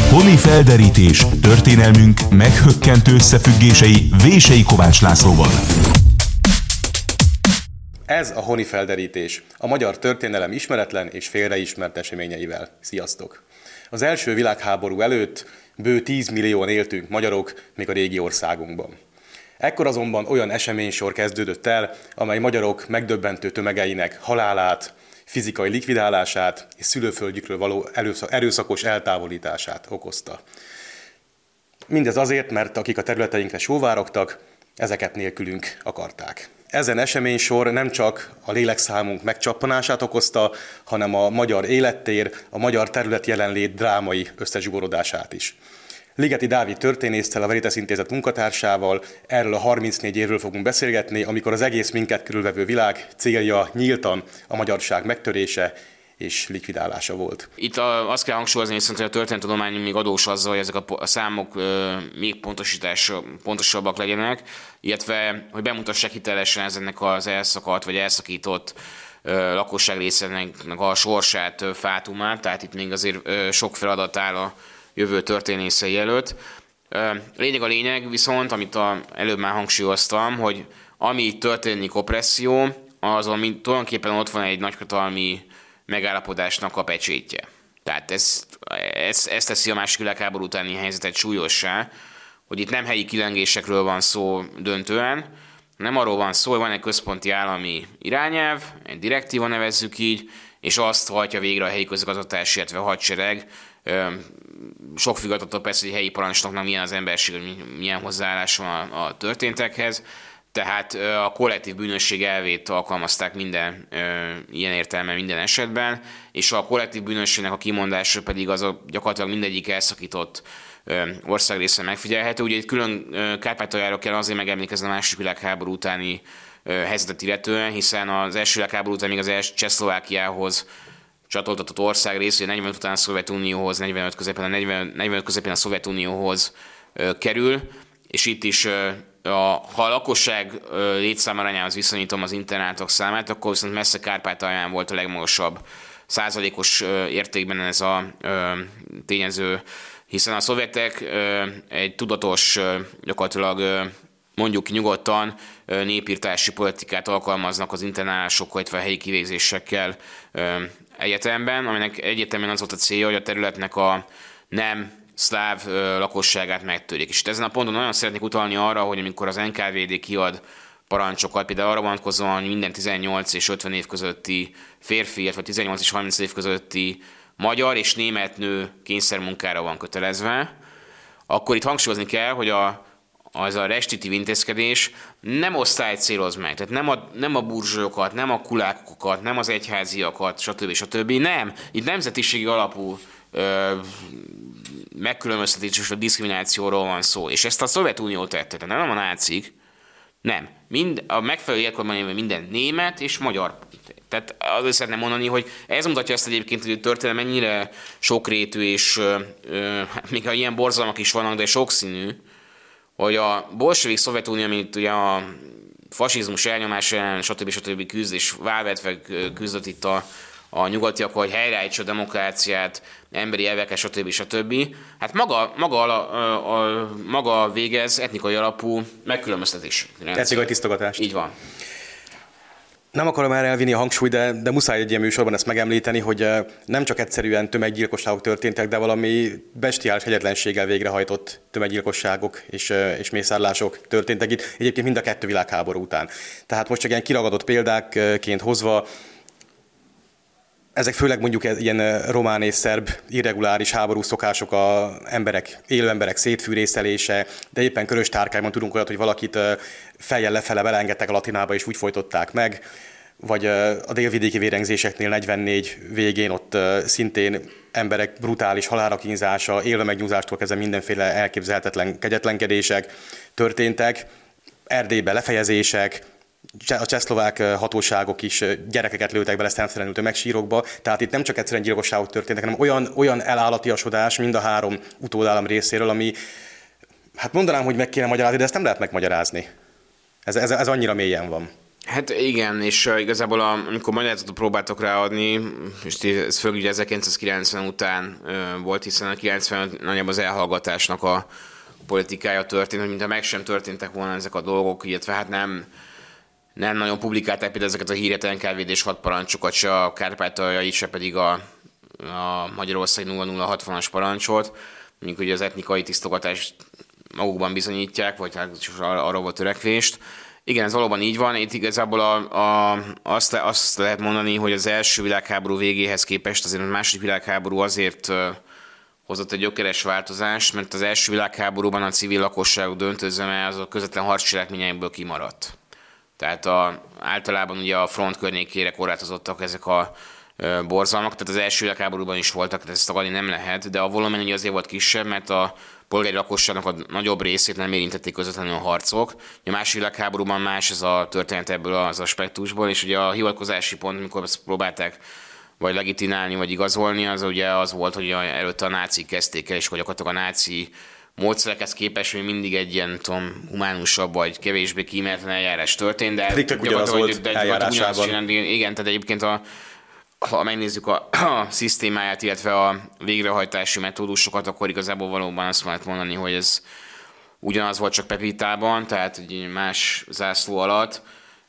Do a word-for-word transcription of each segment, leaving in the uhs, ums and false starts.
Honi felderítés, történelmünk meghökkentő összefüggései Vései Kovács Lászlóval. Ez a Honi felderítés, a magyar történelem ismeretlen és félreismert eseményeivel. Sziasztok! Az első világháború előtt bő tíz millióan éltünk magyarok még a régi országunkban. Ekkor azonban olyan eseménysor kezdődött el, amely magyarok megdöbbentő tömegeinek halálát, fizikai likvidálását és szülőföldjükről való erőszakos eltávolítását okozta. Mindez azért, mert akik a területeinkre sóvárogtak, ezeket nélkülünk akarták. Ezen eseménysor nem csak a lélekszámunk megcsappanását okozta, hanem a magyar élettér, a magyar terület jelenlét drámai összezsugorodását is. Ligeti Dávid történésszel, a Veritas Intézet munkatársával erről a harmincnégy évről fogunk beszélgetni, amikor az egész minket körülvevő világ célja nyíltan a magyarság megtörése és likvidálása volt. Itt a, azt kell hangsúlyozni, hogy a történettudomány még adós azzal, hogy ezek a, a számok ö, még pontosítás, pontosabbak legyenek, illetve hogy bemutassák hitelesen ezeknek az elszakadt vagy elszakított ö, lakosság részének a sorsát, ö, fátumát, tehát itt még azért ö, sok feladat áll a jövő történészei előtt. Lényeg a lényeg viszont, amit a, előbb már hangsúlyoztam, hogy ami történik opresszió, az ami tulajdonképpen ott van egy nagyhatalmi megállapodásnak a pecsétje. Tehát ez, ez, ez teszi a második világháború utáni helyzetet súlyossá, hogy itt nem helyi kilengésekről van szó döntően, nem arról van szó, hogy van egy központi állami irányelv, egy direktíva nevezzük így, és azt hajtja végre a helyi közigazgatás, illetve a hadsereg. Sok függ persze, hogy a helyi parancsnoknak milyen az emberség, milyen hozzáállás van a, a történtekhez. Tehát a kollektív bűnösség elvét alkalmazták minden ilyen értelemben minden esetben, és a kollektív bűnösségnek a kimondása pedig az a gyakorlatilag mindegyik elszakított országrészen megfigyelhető. Ugye itt külön Kárpátaljáról kell azért megemlékezni a második világháború utáni helyzetet illetően, hiszen az első világháború után még az első Csehszlovákiához csatoltatott ország rész, negyvenöt után a Szovjetunióhoz, negyvenöt közepén a, negyven, negyvenöt közepén a Szovjetunióhoz ö, kerül, és itt is, ö, a, ha a lakosság ö, létszámarányához viszonyítom az internátok számát, akkor viszont messze Kárpátalján volt a legmagasabb százalékos ö, értékben ez a ö, tényező, hiszen a szovjetek ö, egy tudatos, ö, gyakorlatilag ö, mondjuk nyugodtan népírtási politikát alkalmaznak az internálásokkal, illetve a helyi kivégzésekkel egyetemben, aminek egyértelműen az volt a célja, hogy a területnek a nem szláv lakosságát megtörjék. És ezen a ponton nagyon szeretnék utalni arra, hogy amikor az en ká vé dé kiad parancsokat, például arra vonatkozóan, hogy minden tizennyolc és ötven év közötti férfi, illetve tizennyolc és harminc év közötti magyar és német nő kényszermunkára van kötelezve, akkor itt hangsúlyozni kell, hogy a az a restriktív intézkedés nem osztályt céloz meg, tehát nem a, nem a burzsókat, nem a kulákokat, nem az egyháziakat, stb. stb. Nem, itt nemzetiségi alapú ö, megkülönböztetés és a diszkriminációról van szó, és ezt a Szovjetunió tette, tehát nem a nácik, nem. Mind, a megfelelő érkorban élve minden német és magyar. Tehát azért szeretném mondani, hogy ez mutatja azt egyébként, hogy a történelem mennyire sokrétű, és ö, ö, még ha ilyen borzalmak is vannak, de sokszínű, hogy a bolsevik Szovjetunió, mint ugye a fasizmus elnyomás ellen, stb. stb. Küzd, és válvetve küzdött itt a, a nyugatiak, hogy helyreállítsa a demokráciát, emberi elveket, stb. stb. Hát maga, maga, a, a, maga végez etnikai alapú megkülönböztetés. Etnikai tisztogatást. Így van. Nem akarom erre elvinni a hangsúlyt, de, de muszáj egy ilyen műsorban ezt megemlíteni, hogy nem csak egyszerűen tömeggyilkosságok történtek, de valami bestiális hegyetlenséggel végrehajtott tömeggyilkosságok és, és mészárlások történtek itt, egyébként mind a kettő világháború után. Tehát most csak ilyen kiragadott példákként hozva, ezek főleg mondjuk ilyen román és szerb irreguláris háború szokások, a emberek, élő emberek szétfűrészelése, de éppen Körös Tárkányban tudunk olyat, hogy valakit fejjel lefele belengedtek a Latinába és úgy folytották meg, vagy a délvidéki vérengzéseknél negyvennégy végén ott szintén emberek brutális halálra kínzása, élve megnyúzástól kezdve mindenféle elképzelhetetlen kegyetlenkedések történtek, Erdélyben lefejezések, a csehszlovák hatóságok is gyerekeket lőttek bele szemtelenül tömegsírokba, tehát itt nem csak egyszerűen gyilkosságok történtek, hanem olyan, olyan elállatiasodás mind a három utódállam részéről, ami, hát mondanám, hogy meg kéne magyarázni, de ezt nem lehet megmagyarázni. Ez, ez, ez annyira mélyen van. Hát igen, és uh, igazából a, amikor magyarázatot próbáltok ráadni, és ez főleg ugye ezerkilencszázkilencven után uh, volt, hiszen a kilencven nagyjából az elhallgatásnak a politikája történt, hogy mintha meg sem történtek volna ezek a dolgok, illetve hát nem, nem nagyon publikálták például ezeket a híretlen kárvédés hadparancsokat, se a kárpátaljai, se pedig a, a Magyarország nulla nulla hatvanas parancsot, mondjuk ugye az etnikai tisztogatást magukban bizonyítják, vagy hát arra volt törekvést. Igen, ez valóban így van. Itt igazából a, a, azt, le, azt lehet mondani, hogy az első világháború végéhez képest azért a második világháború azért uh, hozott egy gyökeres változást, mert az első világháborúban a civil lakosság döntőzeme az a közvetlen harccselekményekből kimaradt. Tehát a, általában ugye a front környékére korlátozottak ezek a uh, borzalmak, tehát az első világháborúban is voltak, tehát ezt tagadni nem lehet, de a volumen ugye azért volt kisebb, mert a polgári lakosságnak a nagyobb részét nem érintették közvetlenül a harcok. A második világháborúban más ez a történet ebből az aspektusból, és ugye a hivatkozási pont, amikor ezt próbálták vagy legitimálni, vagy igazolni, az ugye az volt, hogy előtte a nácik kezdték el, és hogy gyakorlatilag a náci módszerekhez képest, hogy mindig egy ilyen tudom, humánusabb, vagy kevésbé kíméletlen eljárás történt, de Pedig tök ugyanaz volt eljárásában. Igen, tehát egyébként a ha megnézzük a, a szisztémáját, illetve a végrehajtási metódusokat, akkor igazából valóban azt lehet mondani, hogy ez ugyanaz volt, csak Pepitában, tehát egy más zászló alatt.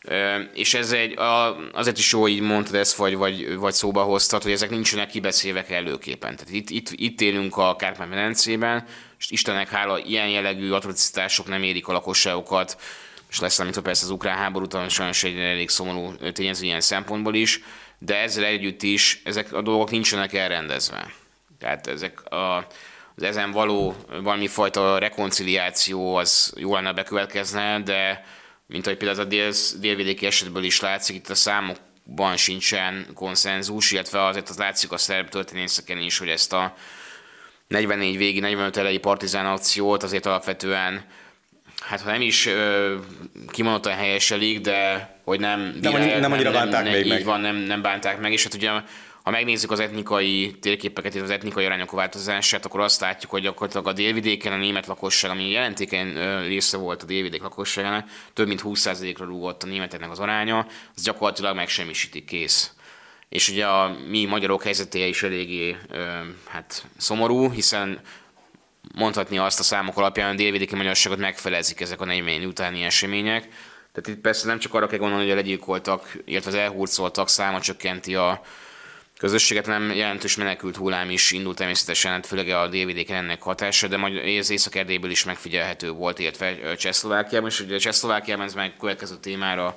És ez egy, azért is jó, így mondtad ezt, vagy, vagy, vagy szóba hoztad, hogy ezek nincsenek kibeszélve kellőképpen. Tehát itt, itt, itt élünk a Kárpát-medencében, és Istennek hála, ilyen jellegű atrocitások nem érik a lakosságokat, és leszámítva persze az ukrán háborút, sajnos egy elég szomorú tényező ilyen szempontból is, de ezzel együtt is ezek a dolgok nincsenek elrendezve. Tehát ezek a, az ezen való valami fajta rekonciliáció az jó lenne bekövetkezne, de mint ahogy például a dél, délvidéki esetből is látszik, itt a számokban sincsen konszenzus, illetve azért az látszik a szerb történészeken is, hogy ezt a negyvennégy végi, negyvenöt elejé partizán akciót azért alapvetően, hát ha nem is ö, kimondottan helyeselik, de hogy nem... Nem, direkt, nem, nem annyira bánták nem, még így meg. Van, nem, nem bánták meg, és hát ugye ha megnézzük az etnikai térképeket, az etnikai arányok változását, akkor azt látjuk, hogy gyakorlatilag a délvidéken a német lakosság, ami jelentékeny része volt a délvidék lakosságának, több mint húsz százalékra rúgott a németeknek az aránya, az gyakorlatilag megsemmisítik, kész. És ugye a mi magyarok helyzetéje is eléggé hát, szomorú, hiszen mondhatni azt a számok alapján, hogy a délvidéki magyarságot megfelezik ezek a negyven utáni események. Tehát itt persze nem csak arra kell gondolni, hogy a legyilkoltak, illetve az elhurcoltak száma csökkenti a közösséget, nem jelentős menekült hullám is indult természetesen, hát főleg a délvidéken ennek hatása, de az Észak-Erdélyből is megfigyelhető volt, illetve Csehszlovákiában, és ugye Csehszlovákiában ez már következő témára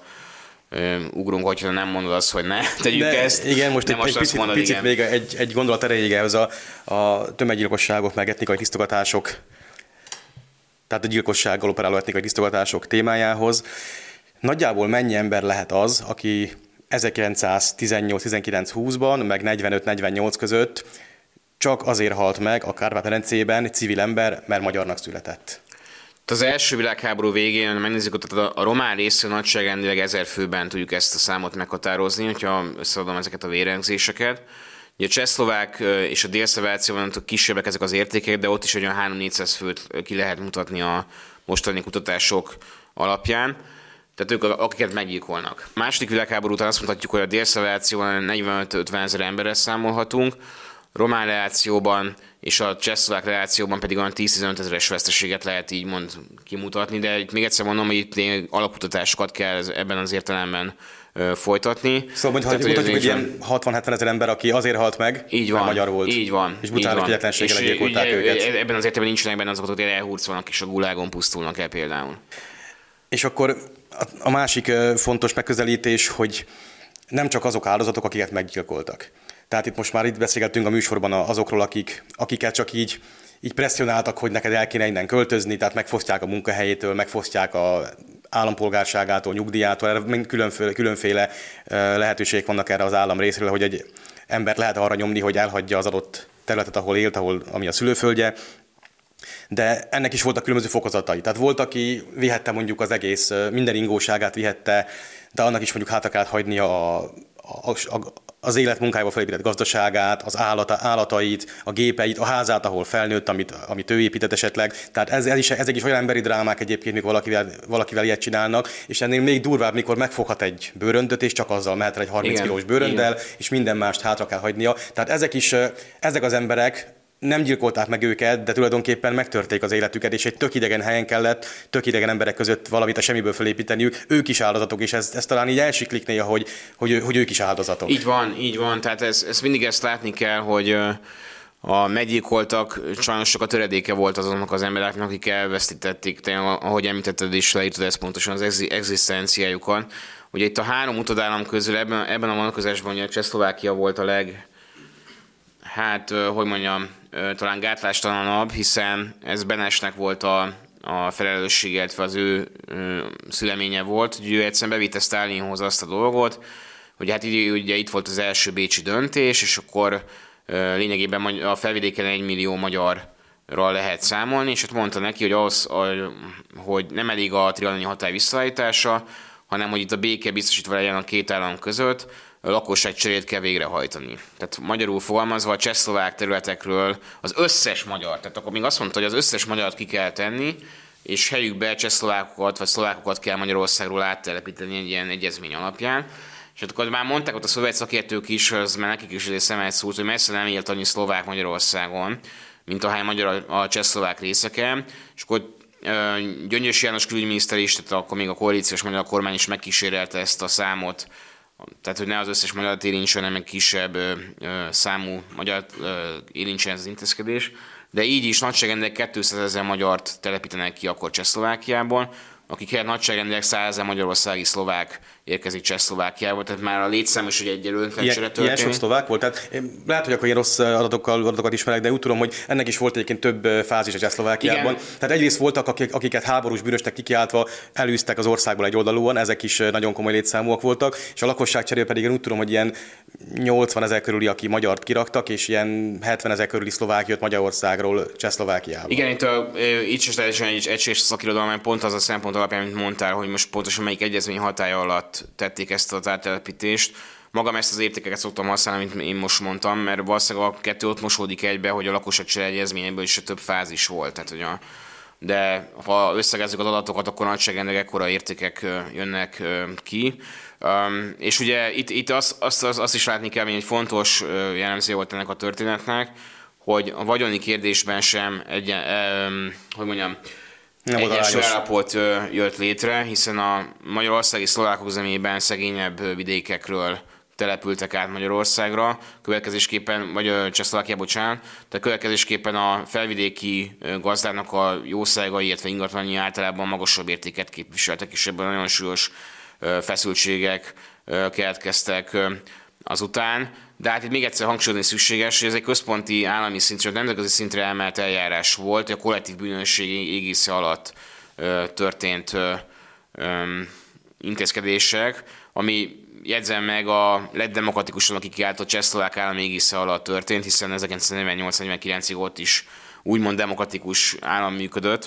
ugrunk, hogyha nem mondod azt, hogy ne tegyük de ezt. Igen, most egy, egy picit, mondod, picit igen. még egy, egy gondolat erejéig ehhez a, a tömeggyilkosságok, meg etnikai tisztogatások, tehát a gyilkossággal operáló etnikai tisztogatások témájához. Nagyjából mennyi ember lehet az, aki ezerkilencszáztizennyolc tizenkilenc húszban, meg negyvenöt negyvennyolc között csak azért halt meg a Kárpát-medencében civil ember, mert magyarnak született? Az első világháború végén, megnézzük, tehát a román részén nagyságrendileg ezer főben tudjuk ezt a számot meghatározni, hogyha összeadom ezeket a vérengzéseket. Ugye a csehszlovák és a Dél-Szlováciában kisebbek ezek az értékek, de ott is olyan háromszáz-négyszáz főt ki lehet mutatni a mostani kutatások alapján. Tehát ők, akiket meggyilkolnak. A második világháború után azt mondhatjuk, hogy a Dél-Szlovációban negyvenöt-ötven ezer emberre számolhatunk, román reációban és a csehszlovák reációban pedig olyan tíz-tizenöt ezeres veszteséget lehet így mond kimutatni, de itt még egyszer mondom, hogy itt alapkutatásokat kell ebben az értelemben ö, folytatni. Szóval mondjuk, hogy mutatjuk, hogy ilyen hatvan-hetven ezer ember, aki azért halt meg, így van, magyar volt. Így van. És brutális kegyetlenséggel gyilkolták őket. Ebben az értelemben nincsenek benne azok, hogy elhurcolnak és a gulágon pusztulnak el például. És akkor a másik fontos megközelítés, hogy nem csak azok áldozatok, akiket meggyilkoltak. Tehát itt most már itt beszélgettünk a műsorban azokról, akik, akiket csak így, így presszionáltak, hogy neked el kéne innen költözni, tehát megfosztják a munkahelyétől, megfosztják a állampolgárságától, nyugdíjától, különféle, különféle lehetőségek vannak erre az állam részéről, hogy egy embert lehet arra nyomni, hogy elhagyja az adott területet, ahol élt, ahol, ami a szülőföldje. De ennek is voltak különböző fokozatai. Tehát volt, aki vihette mondjuk az egész, minden ingóságát vihette, de annak is mondjuk hátra kellett hagynia a, a, a, az életmunkájából felépített gazdaságát, az állata, állatait, a gépeit, a házát, ahol felnőtt, amit, amit ő épített esetleg. Tehát ez, ez is, ezek is olyan emberi drámák egyébként, mikor valakivel, valakivel ilyet csinálnak, és ennél még durvább, mikor megfoghat egy bőröndöt, és csak azzal mehet egy harminc kilós bőrönddel, igen. És minden mást hátra kell hagynia. Tehát ezek is, ezek az emberek nem gyilkolták meg őket, de tulajdonképpen megtörték az életüket, és egy tök idegen helyen kellett, tök idegen emberek között valamit a semmiből felépíteniük. Ők is áldozatok, és ez, ez talán így elsiklik néha, hogy, hogy, hogy ők is áldozatok. Így van, így van. Tehát ez, ez mindig ezt látni kell, hogy a meggyilkoltak sajnos csak a töredéke volt azonnak az embereknek, akik elvesztítették, ahogy említetted is, leírtad ezt pontosan az egzisztenciájukat. Ugye itt a három utadállam közül ebben, ebben a vonatkozásban a Csehszlovákia volt a leg, hát, hogy mondjam, talán gátlástalanabb, hiszen ez Benešnek volt a, a felelősség, illetve az ő ö, szüleménye volt, hogy ő egyszerűen bevitte Sztálinhoz azt a dolgot, hogy hát így, ugye itt volt az első bécsi döntés, és akkor ö, lényegében a felvidéken egy millió magyarral lehet számolni, és hát mondta neki, hogy az, a, hogy nem elég a trianoni hatály visszaállítása, hanem hogy itt a béke biztosítva legyen a két állam között, lakosságcserét kell végrehajtani. Tehát magyarul fogalmazva a csehszlovák területekről az összes magyar, tehát akkor még azt mondta, hogy az összes magyart ki kell tenni, és helyükbe csehszlovákokat vagy szlovákokat kell Magyarországról áttelepíteni egy ilyen egyezmény alapján. És akkor már mondták ott a szovjet szakértők is, az már nekik is szemet szúrt, hogy messze nem élt annyi szlovák Magyarországon, mint ahány magyar a csehszlovák részeken, és akkor Gyöngyösi János külügyminiszter is, tehát akkor még a koalíciós magyar kormány is megkísérelte ezt a számot, tehát hogy ne az összes magyar érintsen, hanem egy kisebb ö, ö, számú magyar érintsen ez az intézkedés. De így is nagyságrendileg kétszázezer magyart telepítenek ki akkor Csehszlovákiában, akik helyett nagyságrendileg százezer magyarországi szlovák érkezik Csehszlovákiába, tehát már a létszám is, hogy egy jelöltlenségre történik. Ilyen sok szlovák volt, tehát lehet, hogy akkor ilyen rossz adatokkal, adatokat ismerek, de úgy tudom, hogy ennek is volt egyébként több fázis a Csehszlovákiában. Tehát egyrészt voltak, akik, akiket háborús bűnösnek kikiáltva elűztek az országból egy oldalúan, ezek is nagyon komoly létszámúak voltak, és a lakosságcserél pedig én úgy tudom, hogy ilyen nyolcvanezer körüli, aki magyart kiraktak, és ilyen hetvenezer körüli szlovák jött Magyarországról Csehszlovákiába. Igen, itt, a, itt is teljesen egy egységes szakirodalom, pont az a szempont alapján, mint mondtál, hogy most pontosan melyik egyezmény hatája alatt tették ezt az áttelepítést. Magam ezt az értékeket szoktam használni, mint én most mondtam, mert valószínűleg a kettő ott mosódik egybe, hogy a lakosságcsere egyezményéből is több fázis volt. Tehát, hogy a, de ha összegezzük az adatokat, akkor nagyságrendileg ekkora értékek jönnek ki. Um, és ugye itt, itt azt, azt, azt is látni kell, hogy egy fontos jellemző volt ennek a történetnek, hogy a vagyoni kérdésben sem egy, um, hogy mondjam, egyensúly állapot jött létre, hiszen a magyarországi szlovákok zömében szegényebb vidékekről települtek át Magyarországra, következésképpen, vagy Csehszlovákia, bocsánat, tehát következésképpen a felvidéki gazdának a jószágai, illetve ingatlani általában magasabb értéket képviseltek, és ebben nagyon súlyos feszültségek keletkeztek azután. De hát itt még egyszer hangsúlyozni szükséges, hogy ez egy központi állami szintre, nemzetközi szintre emelt eljárás volt, a kollektív bűnösség égisze alatt ö, történt ö, ö, intézkedések, ami jegyzem meg a legdemokratikusan, aki kiáltott csehszlovák állam égisze alatt történt, hiszen ezerkilencszáznegyvennyolc negyvenkilencig ott is úgymond demokratikus állam működött.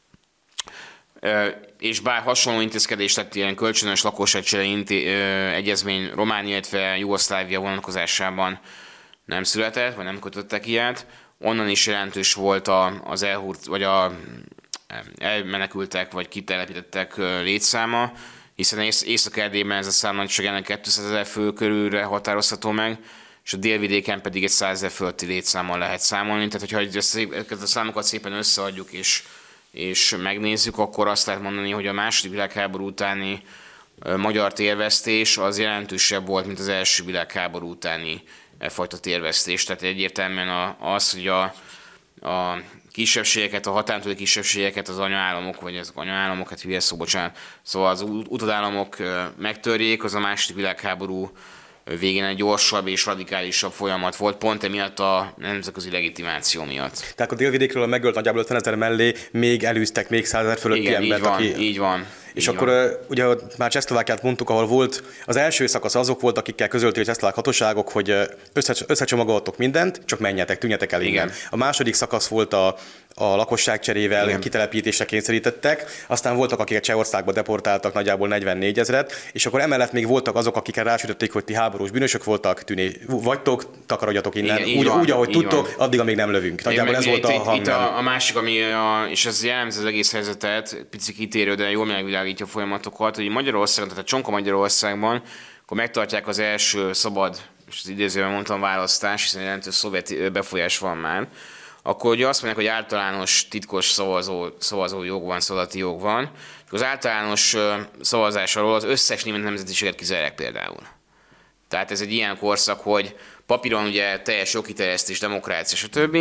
És bár hasonló intézkedést tett ilyen kölcsönös lakosságcsere egyezmény Románia, illetve Jugoszlávia vonatkozásában nem született, vagy nem kötöttek ilyet, onnan is jelentős volt az elhúrt, vagy a elmenekültek, vagy kitelepítettek létszáma, hiszen Észak-Erdélyben ez a szám nagyságának kétszázezer fő körülre határozható meg, és a délvidéken pedig egy százezer fölötti létszámmal lehet számolni. Tehát, hogyha ezt a számokat szépen összeadjuk, és és megnézzük, akkor azt lehet mondani, hogy a második világháború utáni magyar térvesztés az jelentősebb volt, mint az első világháború utáni fajta térvesztés. Tehát egyértelműen az, hogy a, a kisebbségeket, a határon túli kisebbségeket az anyaállamok, vagy az anyaállamok, hát hülye szó, bocsánat, szóval az utadállamok megtörjék, az a második világháború végén egy gyorsabb és radikálisabb folyamat volt, pont emiatt a nemzetközi legitimáció miatt. Tehát a délvidékről a megölt nagyjából ötvenezer mellé még elűztek még százezer fölötti igen, embert. Így van, aki... így van. És így akkor van. ugye már Csehszlovákiát mondtuk, ahol volt az első szakasz, azok volt, akikkel közölték a csehszlovák hatóságok, hogy összecsomagoltok mindent, csak menjetek, tűnjetek el innen. A második szakasz volt a, a lakosságcserével Igen. kitelepítésre kényszerítettek, aztán voltak, akiket Csehországba deportáltak, nagyjából negyvennégy ezret, és akkor emellett még voltak azok, akikkel rásütötték, hogy ti háborús bűnösök voltak, tűné, vagytok, takarodjatok innen, Igen, így úgy, van, úgy, ahogy így tudtok, van. addig, amíg nem lövünk. Nagyjából ez itt, volt a itt, hang. itt a, a másik, ami, a, és ez jellemzi az egész helyzetet, pici kitérő, de jól megvilágítja a folyamatokat, hogy Magyarországon, tehát a Csonka Magyarországban, akkor megtartják az első szabad, és az idézőben mondtam, választás, hiszen jelentős szovjet befolyás van már, akkor ugye azt mondják, hogy általános titkos szavazó, szavazó jog van, szavazati jog van, és az általános szavazás alól az összes német nemzetiséget kizárják például. Tehát ez egy ilyen korszak, hogy papíron ugye teljes jogkiterjesztés, demokrácia, stb.,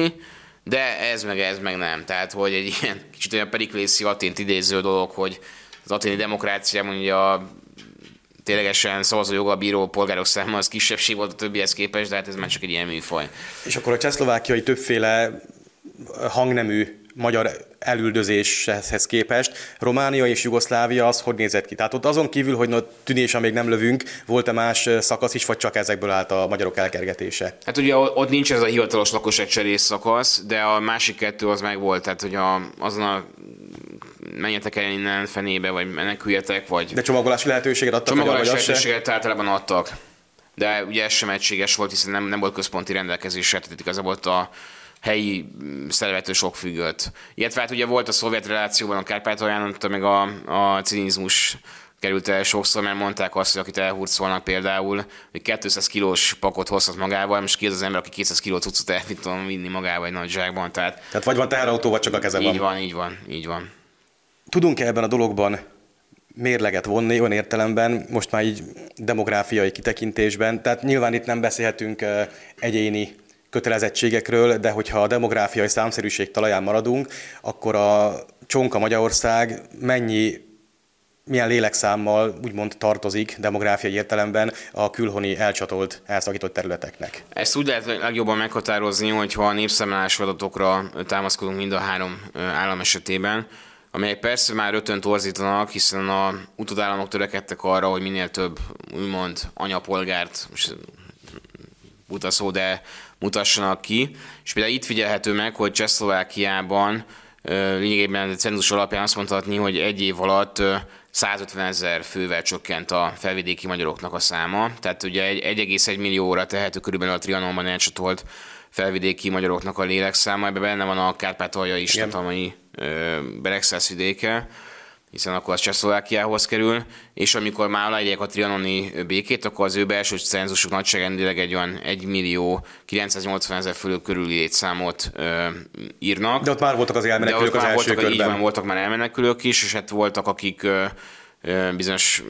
de ez meg ez meg nem. Tehát, hogy egy ilyen kicsit olyan periklészi Atént idéző dolog, hogy az aténi demokráciában ugye a ténylegesen szavazójoggal bíró polgárok száma az kisebbség volt a többihez képest, de hát ez már csak egy ilyen műfaj. És akkor a csehszlovákiai többféle hangnemű magyar elüldözéshez képest Románia és Jugoszlávia az hogy nézett ki? Tehát ott azon kívül, hogy no, tűnés, amíg nem lövünk, volt-e más szakasz is, vagy csak ezekből állt a magyarok elkergetése? Hát ugye ott nincs ez a hivatalos lakosságcserés szakasz, de a másik kettő az meg volt, tehát hogy a, azon a menjetek el innen fenébe, vagy meneküljetek, vagy... De csomagolási lehetőséget adtak? Csomagolási lehetőséget általában adtak, de ugye ez sem egységes volt, hiszen nem, nem volt központi rendelkezésre, tehát igazából ott a helyi szervezető sok függött. Illetve hát ugye volt a szovjet relációban a Kárpátalján, ott meg a, a cinizmus került el sokszor, mert mondták azt, hogy akit elhurcolnak például, hogy kétszáz kilós pakot hozhat magával, most ki az az ember, aki kétszáz kiló cuccot el tudom vinni magával egy nagy zsákban. Tehát, tehát vagy van teherautó, vagy csak a keze van. Így van, így van, így van. Tudunk-e ebben a dologban mérleget vonni olyan értelemben, most már így demográfiai kitekintésben, tehát nyilván itt nem beszélhetünk egyéni kötelezettségekről, de hogyha a demográfiai számszerűség talaján maradunk, akkor a Csonka Magyarország mennyi, milyen lélekszámmal úgymond tartozik demográfiai értelemben a külhoni elcsatolt, elszakított területeknek? Ezt úgy lehet legjobban meghatározni, hogyha a népszámlálási adatokra támaszkodunk mind a három állam esetében, amelyek persze már rögtön torzítanak, hiszen a utódállamok törekedtek arra, hogy minél több úgymond anyapolgárt, most buta szó, de mutassanak ki. És például itt figyelhető meg, hogy Csehszlovákiában lényegében a cenzus alapján azt mondhatni, hogy egy év alatt százötven ezer fővel csökkent a felvidéki magyaroknak a száma. Tehát ugye egy egész egy millióra tehető körülbelül a Trianonban elcsatolt felvidéki magyaroknak a lélekszáma. Ebben benne van a Kárpátalja is, tehát a mai Beregszász vidéke, hiszen akkor az Csehszlovákiához kerül, és amikor már aláírják a trianoni békét, akkor az ő belső cenzusok nagyságrendileg egy olyan egy millió kilencszáznyolcvan ezer fölé körüli létszámot ö, írnak. De ott már voltak az elmenekülők az első voltak, körben. Így van, voltak már elmenekülők is, és hát voltak, akik ö, ö, bizonyos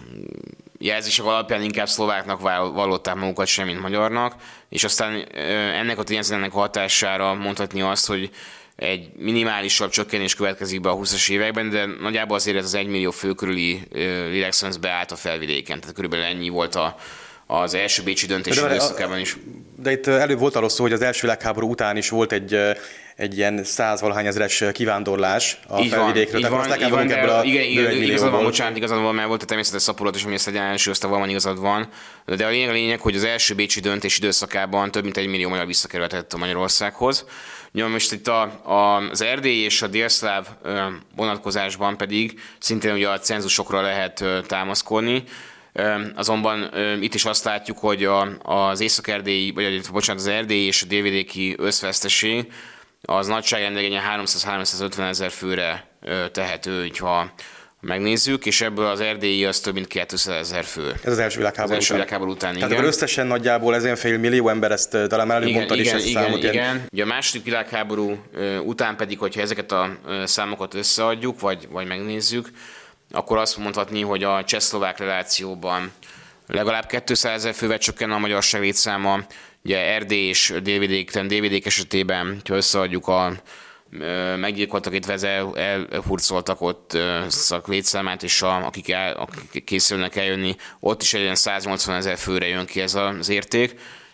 jelzések alapján inkább szlováknak vallották magukat sem, mint magyarnak, és aztán ö, ennek a tényezőnek hatására mondhatni azt, hogy egy minimálisabb csökkenés következik be a húszas években, de nagyjából azért ez az egymillió fő körüli lélekszám beállt a felvidéken. Tehát körülbelül ennyi volt a, az első bécsi döntés időszakában is. De itt előbb volt arról szó, hogy az első világháború után is volt egy, egy ilyen százvalahány ezeres kivándorlás a így felvidékről. Van, Tehát így van, ebből a igen, igen, igazad van, bocsánat, igazad van, mert volt a természetes szaporodás, ami ezt egyensúlyozta, valami igazad van. De a lényeg, a lényeg, hogy az első bécsi döntés időszakában több mint egy millió magyar visszakerülhetett a Magyarországhoz. Ja, most itt a, a, az erdélyi és a délszláv vonatkozásban pedig szintén ugye a cenzusokra lehet támaszkodni. Azonban itt is azt látjuk, hogy a, az észak-erdélyi, vagy bocsánat, az erdélyi és a délvidéki összveszteség az nagyságrendileg háromszáz-háromszázötven ezer főre tehető, ha megnézzük, és ebből az erdélyi az több mint kétszáz ezer fő. Ez az első világháború az első után. világháború után, igen. Tehát összesen nagyjából ezen fél millió ember, ezt talán már előbb igen, mondtad igen, is ezt igen, a számot. Igen, ilyen... igen. Ugye a második világháború után pedig, hogyha ezeket a számokat összeadjuk, vagy, vagy megnézzük, akkor azt mondhatni, hogy a cseh-szlovák relációban legalább kétszáz ezer fővel csökken a magyarság létszáma. Ugye Erdély és délvidék, délvidék esetében, ha összeadjuk a meggyilkoltak, itt el, elhurcoltak ott szak létszámát, és a, akik, el, akik készülnek eljönni, ott is egy olyan száznyolcvan ezer főre jön ki ez az érték.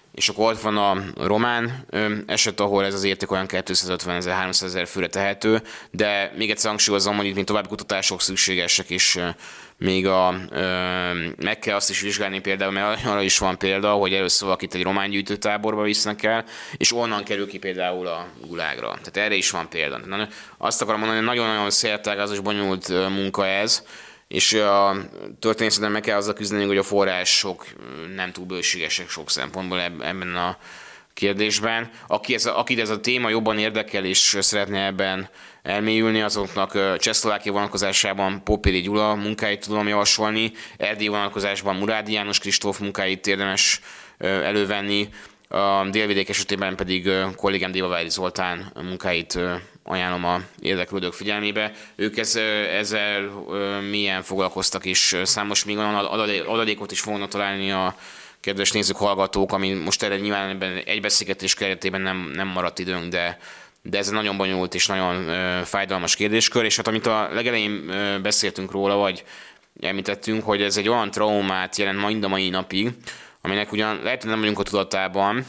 és akkor ott van a román eset, ahol ez az érték olyan kétszázötvenezer, háromszázezer főre tehető, de még egyszer hangsúlyozom, hogy itt még további kutatások szükségesek, és még a, meg kell azt is vizsgálni például, mert arra is van példa, hogy először valakit egy román gyűjtőtáborba visznek el, és onnan kerül ki például a gulágra. Tehát erre is van példa. Azt akarom mondani, hogy nagyon-nagyon szertágazó és bonyolult munka ez, és a történetben meg kell azzal küzdeni, hogy a források nem túl bőségesek sok szempontból ebben a kérdésben. Aki ez, akit ez a téma jobban érdekel és szeretne ebben elmélyülni, azoknak Csehszlovákia vonatkozásában Popéri Gyula munkáit tudom javasolni, Erdély vonatkozásban Murádi János Kristóf munkáit érdemes elővenni, a délvidék esetében pedig kollégám Dévavári Zoltán munkáit ajánlom a érdeklődők figyelmébe. Ők ezzel milyen foglalkoztak, és számos még olyan adalékot is fognak találni a kedves nézők, hallgatók, ami most erre nyilván ebben egy beszélgetés keretében nem, nem maradt időnk, de, de ez egy nagyon bonyolult és nagyon fájdalmas kérdéskör, és hát amit a legelején beszéltünk róla, vagy említettünk, hogy ez egy olyan traumát jelent mind a mai napig, aminek ugyan lehet, hogy nem vagyunk a tudatában,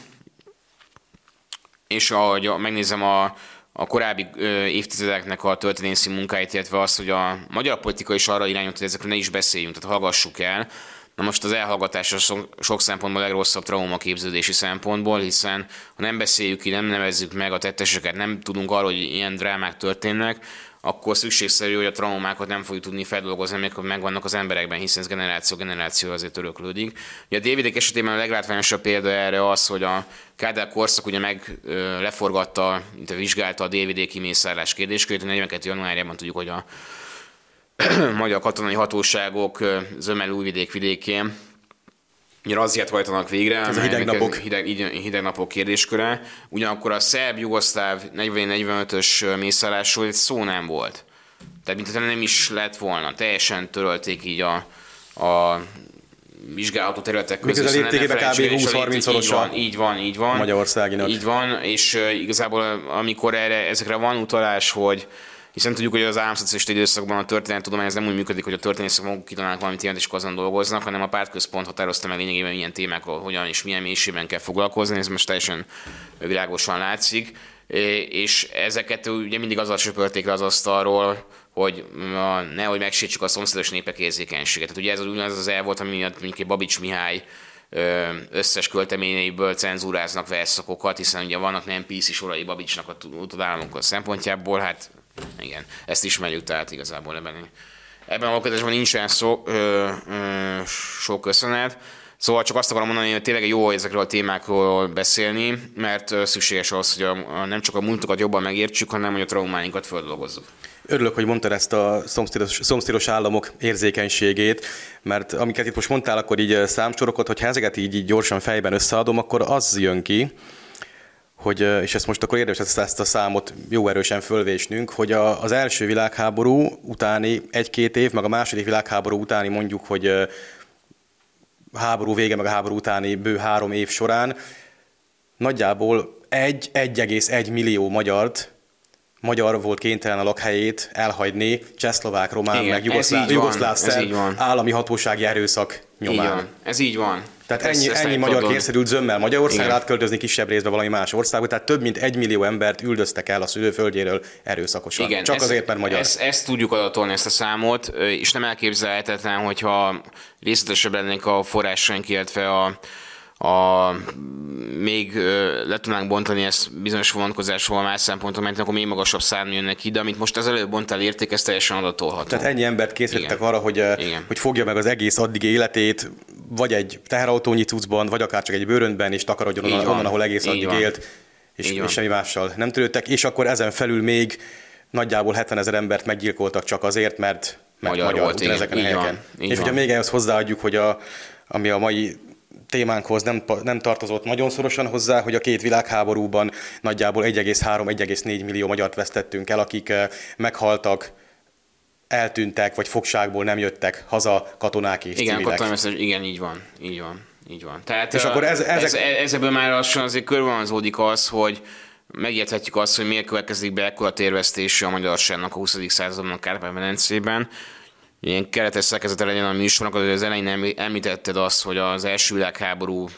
és ahogy megnézem a, a korábbi ö, évtizedeknek a történészi munkáit, illetve azt, hogy a magyar politika is arra irányult, hogy ezekről ne is beszéljünk, tehát hallgassuk el. Na most az elhallgatás sok, sok szempontból a legrosszabb traumaképződési szempontból, hiszen ha nem beszéljük ki, nem nevezzük meg a tetteseket, nem tudunk arról, hogy ilyen drámák történnek, akkor szükségszerű, hogy a traumákat nem fogjuk tudni feldolgozni, amikor megvannak az emberekben, hiszen ez generáció generáció azért öröklődik. Ugye a délvidék esetében a leglátványosabb példa erre az, hogy a Kádár korszak ugye meg ö, leforgatta, vizsgálta a délvidéki mészárlás kérdéskörét, a negyvenkettő januárjában tudjuk, hogy a magyar katonai hatóságok Zömmel-Újvidék vidékén razziát hajtanak végre. Ez a hideg napok. Hideg, hideg napok kérdésköre. Ugyanakkor a szerb-jugoszláv negyven-negyvenötös mészárlásról egy szó nem volt. Tehát mintha nem is lett volna. Teljesen törölték így a, a vizsgálható területek között. Miközben a léptékében kb. húsz-harmincszorosa így van, így van. Magyarországinak. Így van, és igazából amikor erre, ezekre van utalás, hogy hiszen tudjuk, hogy az államszocialista időszakban a történettudomány ez nem úgy működik, hogy a történészek maguk kitalálnak valamit ilyet, és azon dolgoznak, hanem a pártközpont határozta meg lényegében milyen témákról, hogyan és milyen mélységben kell foglalkozni, ez most teljesen világosan látszik. És ezeket ugye mindig azzal söpörték le az asztalról, hogy nehogy megsértsük a szomszédos népek érzékenységet. Tehát ugye ez ugyanaz az el volt, ami miatt mondjuk Babics Mihály összes költeményeiből cenzúráznak verszakokat, hiszen ugye vannak nem pé cé sorai Babicsnak a tudállamok szempontjából, hát igen, ezt ismerjük, tehát igazából ebben, ebben a alkotásban nincsen szó, ö, ö, sok köszönet. Szóval csak azt akarom mondani, hogy tényleg jó ezekről a témákról beszélni, mert szükséges az, hogy a, a, nem csak a múltokat jobban megértsük, hanem hogy a traumáinkat földolgozzuk. Örülök, hogy mondtad ezt a szomszédos, szomszédos államok érzékenységét, mert amiket itt most mondtál, akkor így számsorokat, hogyha ezeket így, így gyorsan fejben összeadom, akkor az jön ki, hogy, és ezt most akkor érdemes ezt, ezt a számot jó erősen fölvésnünk, hogy a, az első világháború utáni egy-két év, meg a második világháború utáni mondjuk, hogy háború vége, meg a háború utáni bő három év során nagyjából egy egész egy millió magyart, magyar volt kénytelen a lakhelyét elhagyni csehszlovák, román, igen, meg jugoszláv szerb állami hatósági erőszak nyomán. Így van. Ez így van. Tehát ennyi, ezt ennyi magyar kényszerült zömmel Magyarországra átköltözni kisebb részbe valami más országba, tehát több mint egy millió embert üldöztek el a szülőföldjéről erőszakosan. Igen, csak ez, azért, mert magyar. Ezt, ezt tudjuk adatolni, ezt a számot, és nem elképzelhetetlen, hogyha részletesebb lennénk a forrásaink, illetve a, a még le tudnánk bontani ezt bizonyos vonatkozásról más szempontok, mert akkor még magasabb szám jönnek ki, de amit most az előbb bontál érték, ez teljesen adatolható. Tehát ennyi embert készítettek arra, hogy, hogy fogja meg az egész addigi életét, vagy egy teherautónyi cuccban, vagy akár csak egy bőröntben, és takarodjon onnan, onnan, ahol egész addig van. élt, és, és semmi mással nem törődtek. És akkor ezen felül még nagyjából hetvenezer embert meggyilkoltak csak azért, mert, mert magyar, magyar volt ezeken a helyeken. Van, és hogyha még ehhez hozzáadjuk, hogy a, ami a mai témánkhoz nem, nem tartozott nagyon szorosan hozzá, hogy a két világháborúban nagyjából egy egész három - egy egész négy millió magyart vesztettünk el, akik meghaltak, eltűntek, vagy fogságból nem jöttek haza katonák és igen, civilek. Katonák, igen, így van, így van, így van. Tehát és a, akkor ez, ezek... ez, ez, ebből már lassan azért körvonalazódik az, hogy megérthetjük azt, hogy miért következik be ekkora térvesztés a magyarságnak a huszadik században a Kárpát-medencében. Ilyen keretes szerkezete legyen a műsornak, az elején említetted azt, hogy az első világháború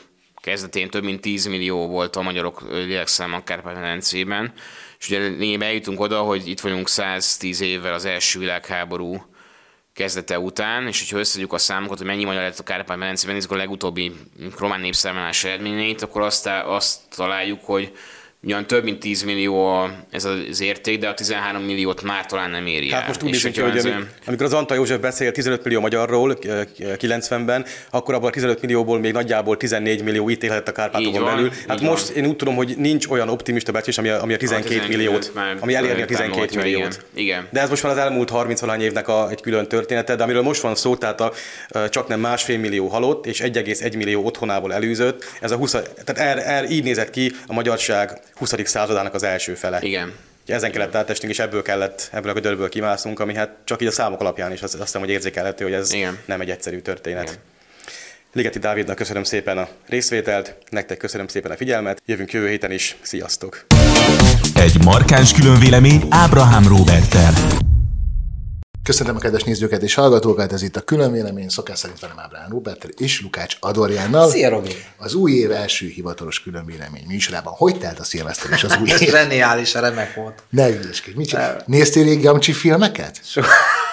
kezdetén több mint tíz millió volt a magyarok lélekszáma a Kárpát-medencében, és ugye lényegében eljutunk oda, hogy itt vagyunk száztíz évvel az első világháború kezdete után, és hogyha összedjük a számokat, hogy mennyi magyar lett a Kárpát-medencében, nézzük a legutóbbi román népszámlálás eredményeit, akkor azt, azt találjuk, hogy ugyan több mint tíz millió ez az érték, de a tizenhárom milliót már talán nem éri el. Hát most úgy nézünk ki, hogy az, amikor az Antal József beszél tizenöt millió magyarról kilencvenben, akkor abban a tizenöt millióból még nagyjából tizennégy millió itt élhetett a Kárpátokon belül. Hát most van. Én úgy tudom, hogy nincs olyan optimista becslés, ami a, ami a tizenkét milliót, ami elérni a tizenkét milliót. Igen. Igen. De ez most már az elmúlt harminc-valány évnek a, egy külön története, de amiről most van szó, tehát a, csak nem másfél millió halott, és egy egész egy millió otthonából elűzött. Ez a húsz, tehát er, er, így nézett ki a magyarság huszadik századának az első fele. Igen. Ezen kellett átestünk, és ebből kellett, ebből a gödörből kimásznunk, ami hát csak így a számok alapján is azt hiszem, hogy érzékelhető, hogy ez Igen. nem egy egyszerű történet. Igen. Ligeti Dávidnak köszönöm szépen a részvételt, nektek köszönöm szépen a figyelmet, jövünk jövő héten is, sziasztok! Egy markáns különvélemény Ábrahám Róberttel. Köszönöm a kedves nézőket és hallgatókat, ez itt a különvélemény, szokás szerint velem Ábrahám Róberttel és Lukács Adorjánnal. Szia, Robi! Az új év első hivatalos különvélemény műsorában. Hogy telt a szilveszter és az új év? Zseniális, remek volt. Ne ügyeskedj, mit csinál? Néztél régi Amcsi filmeket? Soha,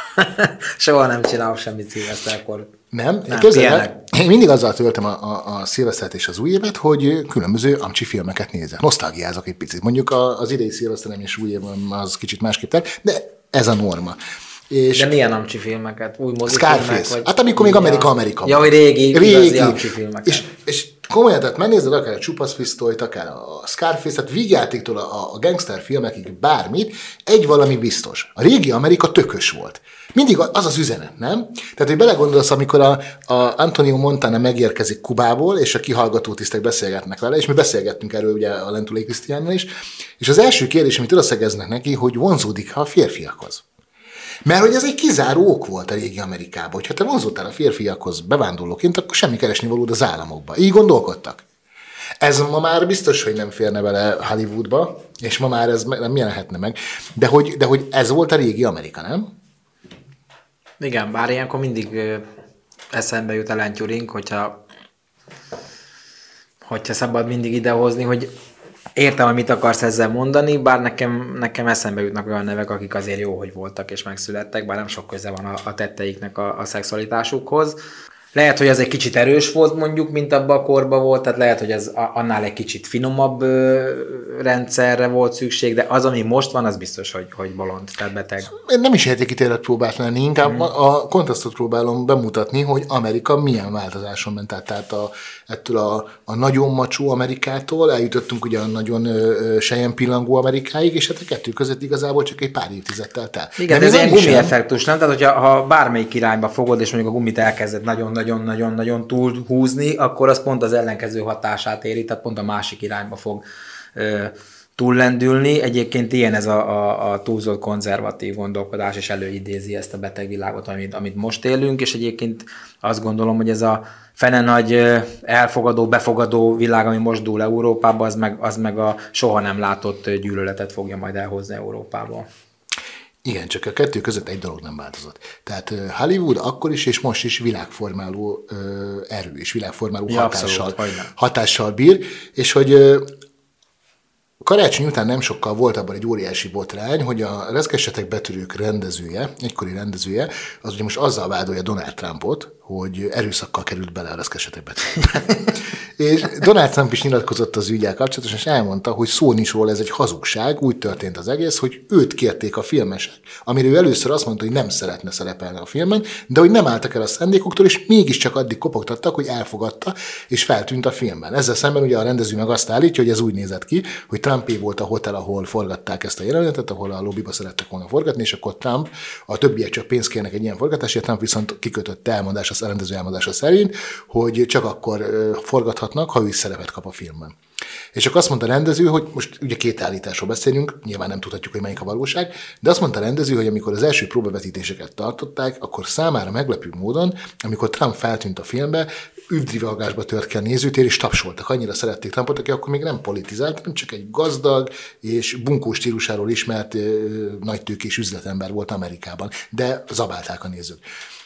Soha nem csinálok semmit szilveszterkor. Nem? Nem Képzeled, én mindig azzal töltöm a, a, a szilvesztert és az új évet, hogy különböző Amcsi filmeket nézek. Nosztalgiázok egy picit. Mondjuk az idei szilveszterem és új évem az kicsit másképp telt, de ez a norma. És de milyen Amcsi filmeket? Új mozifilmek? Vagy... Hát amikor még Amerika-Amerika. Ja, hogy régi, régi. Amcsi filmeket. És, és komolyan, tehát megnézed akár a Csupasz Pisztolyt, akár a Scarface, tehát vígjátéktól a, a gangster filmekig bármit, egy valami biztos. A régi Amerika tökös volt. Mindig az az üzenet, nem? Tehát, hogy belegondolsz, amikor a, a Antonio Montana megérkezik Kubából, és a kihallgató tisztek beszélgetnek vele, és mi beszélgettünk erről ugye a Lentulai Krisztiánnal is, és az első kérdés, amit odaszegeznek neki, hogy vonzódik-e a férfiakhoz. Mert hogy ez egy kizáró ok volt a régi Amerikában, hogyha te vonzódtál a férfiakhoz bevándorlóként, akkor semmi keresni valód az államokba. Így gondolkodtak. Ez ma már biztos, hogy nem férne bele Hollywoodba, és ma már ez nem jelenhetne meg, de hogy, de hogy ez volt a régi Amerika, nem? Igen, bár ilyenkor mindig eszembe jut Alan Turing, hogyha, hogyha szabad mindig idehozni, hogy értem, hogy mit akarsz ezzel mondani, bár nekem, nekem eszembe jutnak olyan nevek, akik azért jó, hogy voltak és megszülettek, bár nem sok köze van a, a tetteiknek a, a szexualitásukhoz. Lehet, hogy ez egy kicsit erős volt mondjuk, mint abban a korban volt, tehát lehet, hogy ez annál egy kicsit finomabb ö, rendszerre volt szükség, de az, ami most van, az biztos, hogy, hogy bolond, tehát beteg. Én nem is értékítélet próbált lenni, inkább mm. a kontextot próbálom bemutatni, hogy Amerika milyen változáson ment át, tehát a, ettől a, a nagyon macsó Amerikától eljutottunk ugye a nagyon selyempillangó Amerikáig, és hát a kettő között igazából csak egy pár évtized telt el. Igen, de ez ilyen gumieffektus, nem? Tehát, hogyha ha bármelyik irányba fogod, és mondjuk a gumit elkezded nagyon nagyon-nagyon-nagyon túlhúzni, akkor az pont az ellenkező hatását éri, tehát pont a másik irányba fog ö, túllendülni. Egyébként ilyen ez a, a, a túlzott konzervatív gondolkodás, és előidézi ezt a beteg világot, amit, amit most élünk, és egyébként azt gondolom, hogy ez a fene nagy elfogadó, befogadó világ, ami most dúl Európába, az meg, az meg a soha nem látott gyűlöletet fogja majd elhozni Európába. Igen, csak a kettő között egy dolog nem változott. Tehát Hollywood akkor is és most is világformáló erő és világformáló ja, hatással, abszolút, hatással bír, és hogy karácsony után nem sokkal volt abban egy óriási botrány, hogy a Reszkessetek betörők rendezője, egykori rendezője, az ugye most azzal vádolja Donald Trumpot, hogy erőszakkal került bele a Reszkessetek betörőkbe. És Donald Trump is nyilatkozott az ügyel kapcsolatosan, és elmondta, hogy szó nincs róla, ez egy hazugság, úgy történt az egész, hogy őt kérték a filmesek, amiről ő először azt mondta, hogy nem szeretne szerepelni a filmen, de hogy nem álltak el a szándékoktól, és mégiscsak addig kopogtattak, hogy elfogadta, és feltűnt a filmben. Ezzel szemben ugye a rendező meg azt állítja, hogy ez úgy nézett ki, hogy Trumpé volt a hotel, ahol forgatták ezt a jelenetet, ahol a lobbyba szerettek volna forgatni, és akkor Trump, a többiek csak pénzt kérnek egy ilyen forgatásért, Trump viszont kikötött elmondás, a rendező elmondása szerint, hogy csak akkor forgathatnak, ha ő is szerepet kap a filmben. És akkor azt mondta a rendező, hogy most ugye két állításról beszélünk, nyilván nem tudhatjuk, hogy melyik a valóság, de azt mondta a rendező, hogy amikor az első próbavetítéseket tartották, akkor számára meglepő módon, amikor Trump feltűnt a filmbe, üvdrivalgásba tört ki a nézőtér, és tapsoltak. Annyira szerették Trumpot, aki akkor még nem politizált, hanem csak egy gazdag és bunkó stílusáról ismert nagytőkés üzletember volt Amerikában, de zabálták a nézők.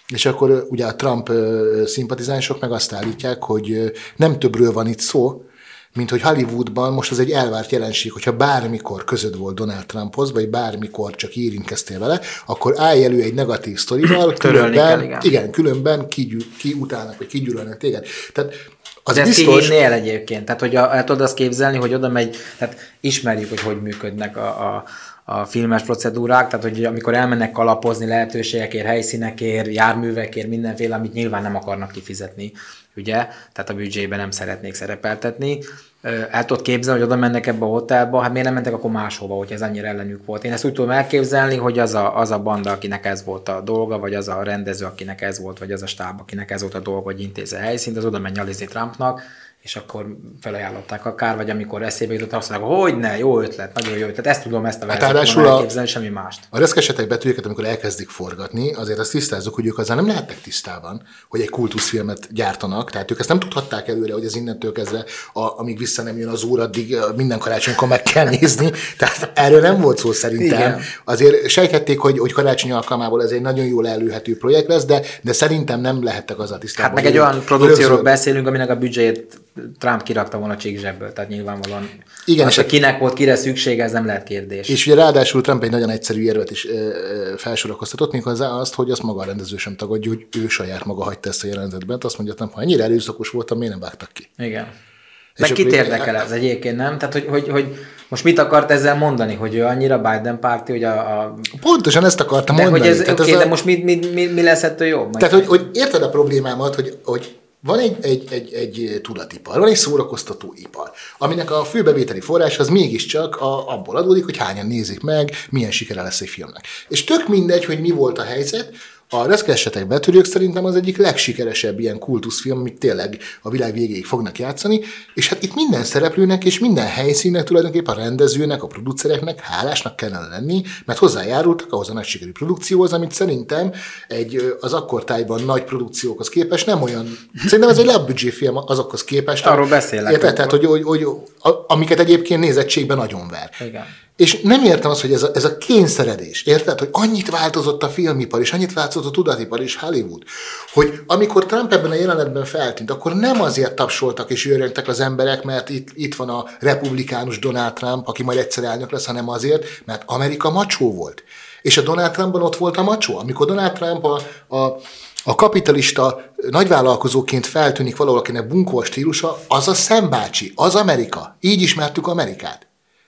És akkor ugye a Trump szimpatizánsok meg azt állítják, hogy nem többről van itt szó, mint hogy Hollywoodban most az egy elvárt jelenség, hogyha bármikor közöd volt Donald Trumphoz, vagy bármikor csak érintkeztél vele, akkor állj elő egy negatív sztorival, különben, igen. igen, különben kiutálnak, vagy kigyűlölnek téged. Tehát az de ezt biztos... kihinnél el egyébként. Tehát, hogy el tudod azt képzelni, hogy oda megy, tehát ismerjük, hogy hogy működnek a, a, a filmes procedúrák, tehát, hogy amikor elmennek kalapozni lehetőségekért, helyszínekért, járművekért, mindenféle, amit nyilván nem akarnak kifizetni, ugye? Tehát a büdzsében nem szeretnék szerepeltetni. El tudod képzelni, hogy oda mennek ebbe a hotelba, hát miért nem mentek akkor máshova, hogy ez annyira ellenük volt. Én ezt úgy tudom elképzelni, hogy az a, az a banda, akinek ez volt a dolga, vagy az a rendező, akinek ez volt, vagy az a stáb, akinek ez volt a dolga, hogy intézze helyszínt, az oda megy nyalizni Trumpnak, és akkor felajánlották akár, vagy amikor eszébe jutott, azt mondják, hogy ne, jó ötlet, nagyon jó ötlet. Ezt tudom, ezt a verziót hát tudom elképzelni, semmi mást. A reszkesetek betűjeket, amikor elkezdik forgatni, azért azt tisztázzuk, hogy ők azzal nem lehetnek tisztában, hogy egy kultuszfilmet gyártanak, tehát ők ezt nem tudhatták előre, hogy ez innentől kezdve, a, amíg vissza nem jön az úr, addig minden karácsonykor meg kell nézni. Tehát erről nem volt szó szerintem. Igen. Azért sejthették, hogy, hogy karácsony alkalmából ez egy nagyon jól előhető projekt lesz, de, de szerintem nem lehettek azzal tisztában. Hát meg egy olyan produkcióról rögzön... beszélünk, aminek a büdzséjét Trump kirakta volna csík zsebből, tehát nyilvánvalóan igen, az, és kinek volt, kire szüksége, ez nem lehet kérdés. És ugye ráadásul Trump egy nagyon egyszerű érvet is felsorakoztatott, méghozzá azt, hogy azt maga a rendező sem tagadja, hogy ő saját maga hagyta ezt a jelenetben. Azt mondja, hogy ha ennyire erőszakos voltam, miért nem vágtak ki? Igen. Meg kit érdekel ez egyébként, nem? Tehát, hogy, hogy, hogy most mit akart ezzel mondani, hogy ő annyira Biden párti, hogy a... a... Pontosan ezt akartam de mondani. Hogy ez, tehát oké, ez de a... most mi, mi, mi, mi lesz ettől jobb? Tehát, hogy, hogy érted a problémámat, hogy, hogy van egy, egy, egy, egy tudatipar, van egy szórakoztató ipar, aminek a főbevételi forrás az mégiscsak a, abból adódik, hogy hányan nézik meg, milyen sikere lesz egy filmnek. És tök mindegy, hogy mi volt a helyzet, a Reszkesetek betörők szerintem az egyik legsikeresebb ilyen kultuszfilm, amit tényleg a világ végéig fognak játszani, és hát itt minden szereplőnek és minden helyszínnek tulajdonképpen a rendezőnek, a producereknek hálásnak kellene lenni, mert hozzájárultak ahhoz a nagy sikerű produkcióhoz, amit szerintem egy az akkortájban nagy produkciókhoz képest nem olyan, szerintem ez egy lebbüdzsé film azokhoz képest. Arról beszélek. Érted? Tehát, hogy, hogy, hogy, amiket egyébként nézettségben nagyon ver. Igen. És nem értem azt, hogy ez a, ez a kényszeredés, érted? Hogy annyit változott a filmipar, és annyit változott a tudatipar és Hollywood, hogy amikor Trump ebben a jelenetben feltűnt, akkor nem azért tapsoltak és jörögtek az emberek, mert itt, itt van a republikánus Donald Trump, aki majd egyszer elnök lesz, hanem azért, mert Amerika macsó volt. És a Donald Trumpban ott volt a macsó. Amikor Donald Trump a, a A kapitalista nagyvállalkozóként feltűnik valahol, akinek bunkó a stílusa, az a szembácsi, az Amerika. Így ismertük Amerikát.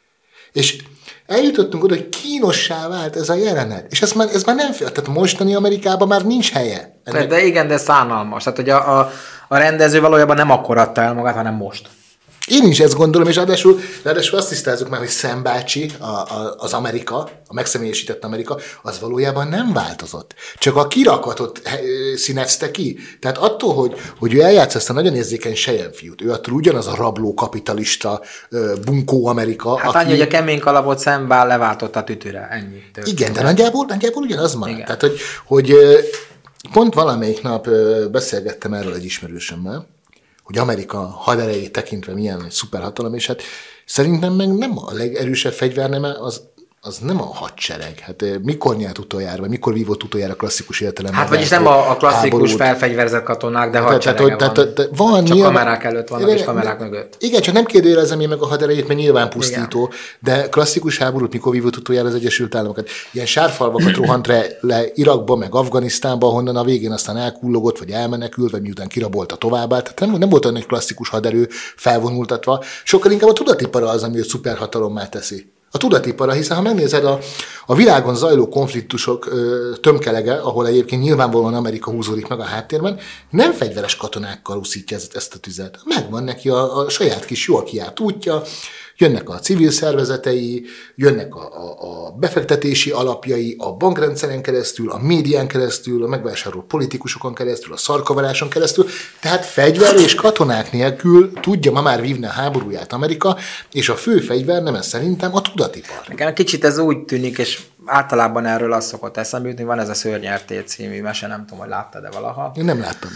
És eljutottunk oda, hogy kínossá vált ez a jelenet. És ez már, ez már nem fél. Tehát mostani Amerikában már nincs helye. De, de igen, de szánalmas. Tehát, hogy a, a, a rendező valójában nem akkor adta el magát, hanem most. Én is ezt gondolom, és ráadásul, ráadásul azt tisztázzuk már, hogy Sam bácsi, a, a, az Amerika, a megszemélyesített Amerika, az valójában nem változott. Csak a kirakatot színezte ki. Tehát attól, hogy, hogy ő eljátsza ezt a nagyon érzékeny selyemfiút, ő attól ugyanaz a rabló kapitalista bunkó Amerika. Hát aki... annyi, hogy a kemény kalapot Sam leváltott a tütőre, ennyi. Tört. Igen, de nagyjából, nagyjából ugyanaz már. Igen. Tehát, hogy, hogy pont valamelyik nap beszélgettem erről egy ismerősömmel, hogy Amerika haderejét tekintve milyen egy szuperhatalom, és hát szerintem meg nem a legerősebb fegyverneme, az, az nem a hadsereg. Hát mikor nyert utoljára, vagy mikor vívott utoljára klasszikus értelemben? Hát vagyis nem a, a klasszikus háborút. Felfegyverzett katonák, de hadserege van. Te, te, te, van. Csak nyilván, kamerák előtt vannak, és kamerák mögött. Igen, csak nem kérdőjelezem én meg a haderejét, mert nyilván pusztító, igen. De klasszikus háborút mikor vívott utoljára az Egyesült Államokat? Ilyen sárfalvakat rohant le Irakba, meg Afganisztánba, honnan a végén aztán elkullogott, vagy elmenekült, vagy miután kirabolta továbbá. Tehát nem, nem volt olyan egy klasszikus haderő felvonultatva. Sokkal inkább a tudatipara az, ami őt szuperhatalommá teszi. A tudatipara, hiszen ha megnézed a, a világon zajló konfliktusok ö, tömkelege, ahol egyébként nyilvánvalóan Amerika húzódik meg a háttérben, nem fegyveres katonákkal úszítja ezt a tüzet. Megvan neki a, a saját kis jól kiállt útja, jönnek a civil szervezetei, jönnek a, a, a befektetési alapjai, a bankrendszeren keresztül, a médián keresztül, a megvásárolt politikusokon keresztül, a szarkavaráson keresztül. Tehát fegyver és katonák nélkül tudja ma már vívni a háborúját Amerika, és a fő fegyver nem ez szerintem a tudatipar. Nekem kicsit ez úgy tűnik, és általában erről az szokott eszembe jutni, van ez a Szörnyerté című mese, nem tudom, hogy láttad-e valaha. Én nem láttam.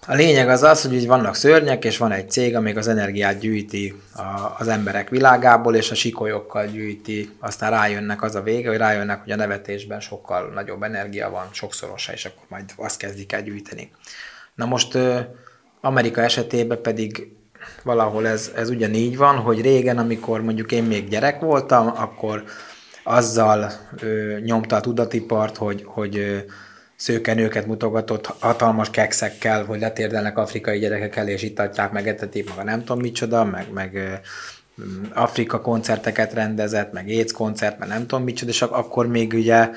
A lényeg az az, hogy így vannak szörnyek, és van egy cég, amelyik az energiát gyűjti a, az emberek világából, és a sikolyokkal gyűjti. Aztán rájönnek az a vége, hogy rájönnek, hogy a nevetésben sokkal nagyobb energia van, sokszorosa, és akkor majd azt kezdik el gyűjteni. Na most Amerika esetében pedig valahol ez, ez ugyanígy van, hogy régen, amikor mondjuk én még gyerek voltam, akkor azzal ö, nyomta a tudatipart, hogy, hogy ö, szőkenőket mutogatott hatalmas kekszekkel, hogy letérdelnek afrikai gyerekek elé, és itatják, meg etetik, meg a nem tudom micsoda, meg, meg ö, Afrika koncerteket rendezett, meg AIDS koncert, meg nem tudom micsoda, és akkor még ugye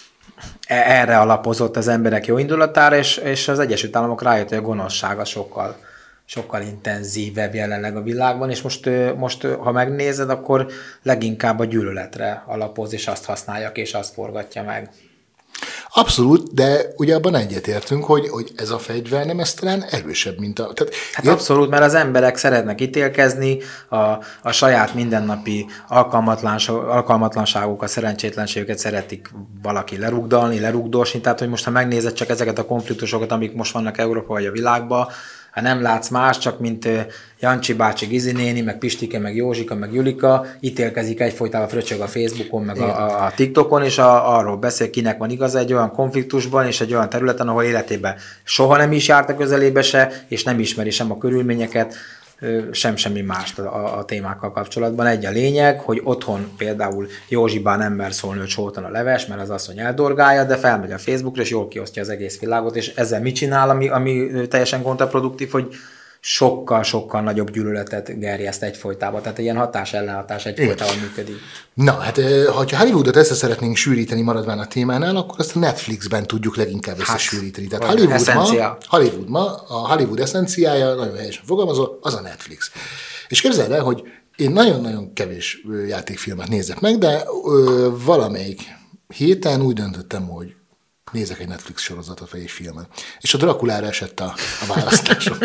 erre alapozott az emberek jó indulatára, és, és az Egyesült Államok rájött, hogy a gonoszsága sokkal sokkal intenzívebb jelenleg a világban, és most, most ha megnézed, akkor leginkább a gyűlöletre alapoz, és azt használják, és azt forgatja meg. Abszolút, de ugye abban egyetértünk, hogy, hogy ez a fegyver nem ez talán erősebb, mint a... Tehát, hát ilyen... abszolút, mert az emberek szeretnek ítélkezni, a, a saját mindennapi alkalmatlanságokat, szerencsétlenségüket szeretik valaki lerugdalni, lerugdosni, tehát hogy most ha megnézed csak ezeket a konfliktusokat, amik most vannak Európa vagy a világban, ha nem látsz más, csak mint Jancsi bácsi, Gizi néni, meg Pistike, meg Józsika, meg Julika, ítélkezik egyfolytában, fröcsög a Facebookon, meg a, a, a TikTokon, és a, arról beszél, kinek van igaza egy olyan konfliktusban, és egy olyan területen, ahol életében soha nem is járt a közelébe se, és nem ismeri sem a körülményeket, sem semmi mást a, a témákkal kapcsolatban. Egy a lényeg, hogy otthon például Józsibán nem mer szólni, hogy sótan a leves, mert az asszony eldorgálja, de felmegy a Facebookra, és jól kiosztja az egész világot, és ezzel mit csinál, ami, ami teljesen kontraproduktív, hogy sokkal-sokkal nagyobb gyűlöletet gerjeszt egyfolytában. Tehát ilyen hatás-ellenhatás egyfolytában működik. Na, hát ha Hollywoodot össze szeretnénk sűríteni maradván a témánál, akkor azt a Netflixben tudjuk leginkább összesűríteni. Tehát Hollywood ma, Hollywood ma, a Hollywood eszenciája, nagyon helyesen fogalmazol, az a Netflix. És képzeld el, hogy én nagyon-nagyon kevés játékfilmet nézek meg, de ö, valamelyik héten úgy döntöttem, hogy nézek egy Netflix sorozatot, vagy egy filmet. És a Drakulára esett a, a választásom.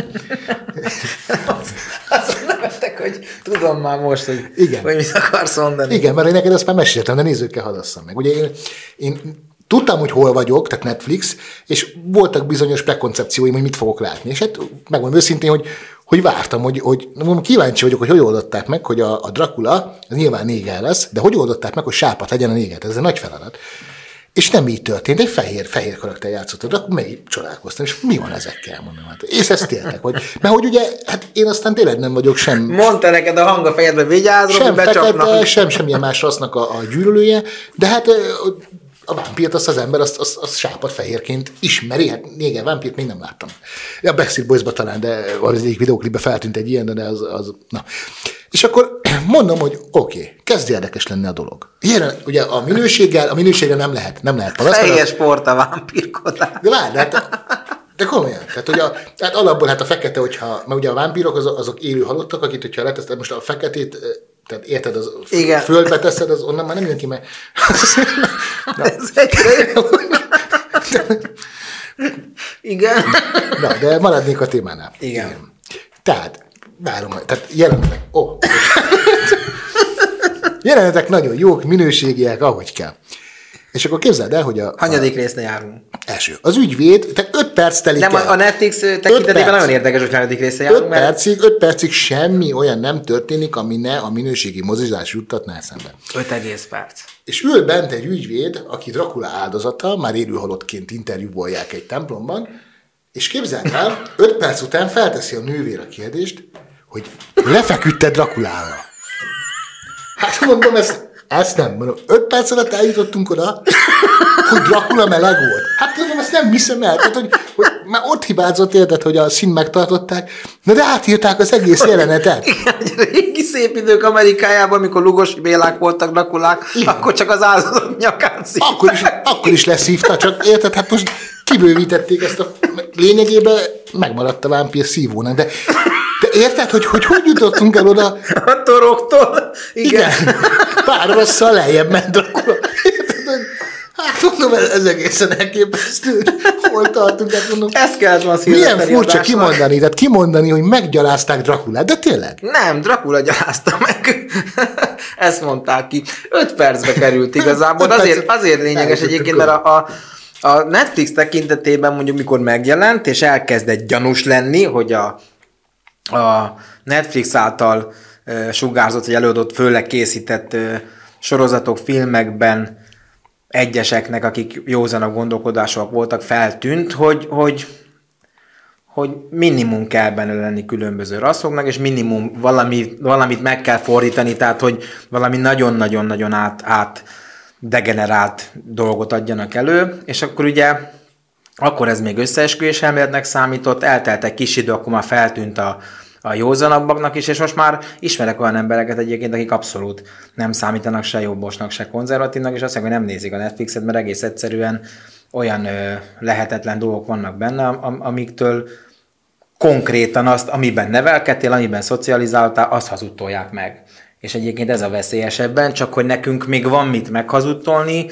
Azon nevettek, hogy tudom már most, hogy, igen. hogy mit akarsz mondani. Igen, mert én neked ezt már meséltem, de nézőkkel hadasszam meg. Ugye én, én tudtam, hogy hol vagyok, tehát Netflix, és voltak bizonyos prekoncepcióim, hogy mit fogok látni. És hát megmondom őszintén, hogy, hogy vártam, hogy, hogy kíváncsi vagyok, hogy hogy oldották meg, hogy a, a Dracula, ez nyilván néger lesz, de hogy oldották meg, hogy sápat legyen a néger. Ez egy nagy feladat. És nem így történt, egy fehér, fehér karakter játszott, de akkor meg csodálkoztam, és mi van ezekkel, mondom, hát. És ezt éltek, hogy, mert hogy ugye, hát én aztán tényleg nem vagyok sem... Mondta neked a hang a fejedbe, vigyázz, sem fekete, sem semmilyen más rassznak a, a gyűlölője, de hát a vámpírt azt az ember, azt, azt, azt sápat fehérként ismeri, hát néger vámpírt még nem láttam. A Backstreet Boysba talán, de az egyik videóklipben feltűnt egy ilyen, de az, az na. És akkor mondom, hogy oké, okay, kezd érdekes lenni a dolog. Ilyen, ugye a minőséggel, a minőséggel nem lehet, nem lehet panaszkodni. Fehér sport a vámpírkodás. De várj, hát, de komolyan. Tehát, hogy a, tehát alapból hát a fekete, hogyha, mert ugye a vámpírok azok, azok élő halottak, akit, hogyha leteszed most a feketét, tehát érted, az igen. Földbe teszed, az onnan már nem jön ki, mert... Ez egyre jó. Igen. Na, de maradnék a témánál. Igen. Igen. Tehát, várom, tehát jelenetek, ó, oh. jelenetek nagyon jók, minőségiek, ahogy kell. És akkor képzeld el, hogy a... Hanyadik résznél járunk? Első. Az ügyvéd, tehát öt perc telik nem, el. A Netflix tekintetében nagyon érdekes, hogy hanyadik résznél járunk. öt percig, öt percig semmi olyan nem történik, ami ne a minőségi mozizás juttatná eszembe. öt egész perc. És ül bent egy ügyvéd, aki Dracula áldozata, már élőhalottként interjúvolják egy templomban, és képzeld el, öt perc után felteszi a nővér a kérdést, hogy lefeküdte Draculával. Hát mondom, ezt, ezt nem mondom. Öt perc alatt eljutottunk oda, hogy Dracula meleg volt. Hát mondom, ezt nem hiszem el. Tehát, hogy, hogy már ott hibázott, érted, hogy a színt megtartották, na de átírták az egész jelenetet. Igen, régi szép idők Amerikájában, amikor Lugosi Bélák voltak Draculák, akkor csak az áldozat nyakán szívták. Akkor is, akkor is leszívta, csak érted, hát most kibővítették ezt a... Lényegében megmaradt a vámpír szívónak, de, de érted, hogy, hogy hogy jutottunk el oda? A toroktól? Igen. Igen. Pár rasszal lejjebb ment Dracula. Érted, hogy hát mondom, ez, ez egészen elképesztő. Hol tartunk? Hát mondom, ezt kellett volna milyen furcsa kimondani, tehát kimondani, hogy meggyalázták Draculát, de tényleg? Nem, Dracula gyalázta meg. Ezt mondták ki. Öt percbe került igazából. Azért, azért lényeges egyébként, mert a, a A Netflix tekintetében mondjuk mikor megjelent, és elkezdett gyanús lenni, hogy a, a Netflix által uh, sugárzott, vagy előadott, főleg készített uh, sorozatok, filmekben egyeseknek, akik józanak gondolkodásúak voltak, feltűnt, hogy, hogy, hogy minimum kell benne lenni különböző rasszoknak, és minimum valami, valamit meg kell fordítani, tehát hogy valami nagyon-nagyon-nagyon át, át degenerált dolgot adjanak elő, és akkor ugye akkor ez még összeesküvés elméletnek számított, eltelt egy kis idő, akkor már feltűnt a, a józanabbaknak is, és most már ismerek olyan embereket egyébként, akik abszolút nem számítanak se jobbosnak, se konzervatívnak, és azt mondják, hogy nem nézik a Netflixet, mert egész egyszerűen olyan ö, lehetetlen dolgok vannak benne, am, amiktől konkrétan azt, amiben nevelkedtél, amiben szocializáltál, azt hazudtolják meg. És egyébként ez a veszélyesebben, csak hogy nekünk még van mit meghazudtolni,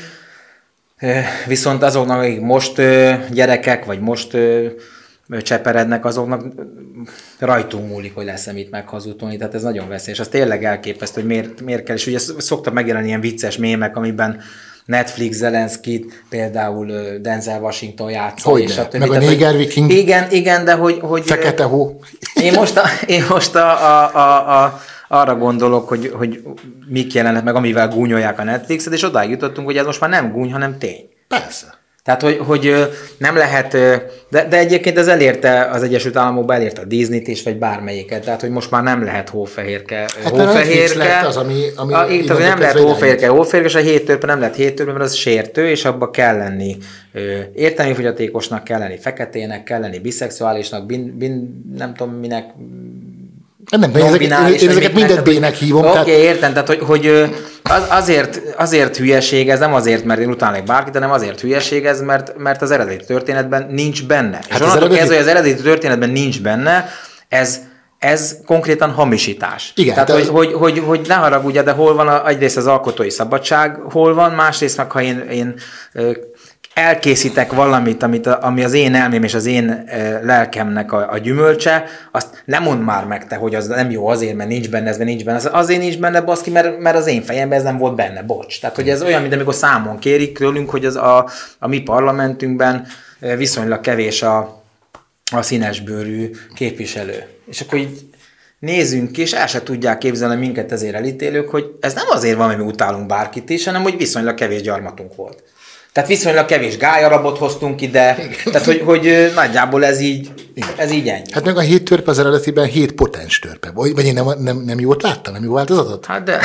viszont azoknak, akik most gyerekek, vagy most cseperednek, azoknak rajtunk múlik, hogy lesz-e mit meghazudtolni, tehát ez nagyon veszélyes. Az tényleg elképesztő, hogy miért, miért kell, és ugye szoktak megjelenni ilyen vicces mémek, amiben Netflix Zelenszkit például Denzel Washington játszik. Hogy és a többi, meg a Néger Viking. Igen, igen, de hogy... hogy Fekete hó. Én most, a, én most a, a, a, a, arra gondolok, hogy, hogy mik jelennek meg, amivel gúnyolják a Netflixet, és odáig jutottunk, hogy ez most már nem gúny, hanem tény. Persze. Tehát, hogy, hogy nem lehet, de, de egyébként ez elérte, az Egyesült Államokban elérte a Disneyt is, vagy bármelyiket, tehát, hogy most már nem lehet hófehérke. Hát hófehérke az, ami, ami a, tehát, nem lehet hófehérke, hófehérke, és a héttörpe nem lehet héttörpe, mert az sértő, és abba kell lenni értelmi fogyatékosnak, kell lenni feketének, kell lenni biszexuálisnak, bin, bin, nem tudom minek, nem, nem, ezeket, én ezeket mindet B-nek hívom. Oké, okay, tehát... értem, tehát hogy, hogy az, azért, azért hülyeség ez, nem azért, mert én utálnék bárkit, hanem azért hülyeség ez, mert, mert az eredeti történetben nincs benne. Hát és onnantól eredeti... kezdve, hogy az eredeti történetben nincs benne, ez, ez konkrétan hamisítás. Igen, tehát, hogy, az... hogy, hogy, hogy ne haragudj, de hol van a, egyrészt az alkotói szabadság, hol van, másrészt meg, ha én, én elkészítek valamit, amit, ami az én elmém és az én e, lelkemnek a, a gyümölcse, azt nem mondd már meg te, hogy az nem jó azért, mert nincs benne, ez mert nincs benne. Azért nincs benne, baszki, mert, mert az én fejemben ez nem volt benne, bocs. Tehát, hogy ez olyan, mint amikor számon kérik tőlünk, hogy az a, a mi parlamentünkben viszonylag kevés a, a színesbőrű képviselő. És akkor így nézzünk ki, és el se tudják képzelni minket ezért elítélők, hogy ez nem azért van, hogy mi utálunk bárkit is, hanem hogy viszonylag kevés gyarmatunk volt. Tehát viszonylag kevés gályarabot hoztunk ide, tehát hogy, hogy nagyjából ez így, ez így ennyi. Hát meg a hét törpe az eredetiben hét potens törpe. Vagy én nem, nem, nem jót láttam, nem jó változatot? Hát de...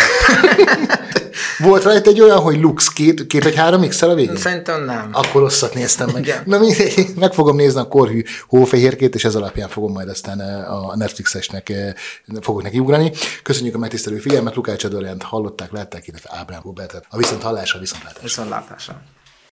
Volt rajta egy olyan, hogy Lux két, két vagy három x-el a végén? Szerintem nem. Akkor rosszat néztem meg. Igen. Na mindegy, meg fogom nézni a korhű hófehérkét, és ez alapján fogom majd aztán a Netflixesnek fogok neki ugrani. Köszönjük a megtisztelő figyelmet, Lukács Adorjánt hallották, látták, illetve Ábrám Robertet. A viszont hallásra, viszontlátásra. Viszontlátásra.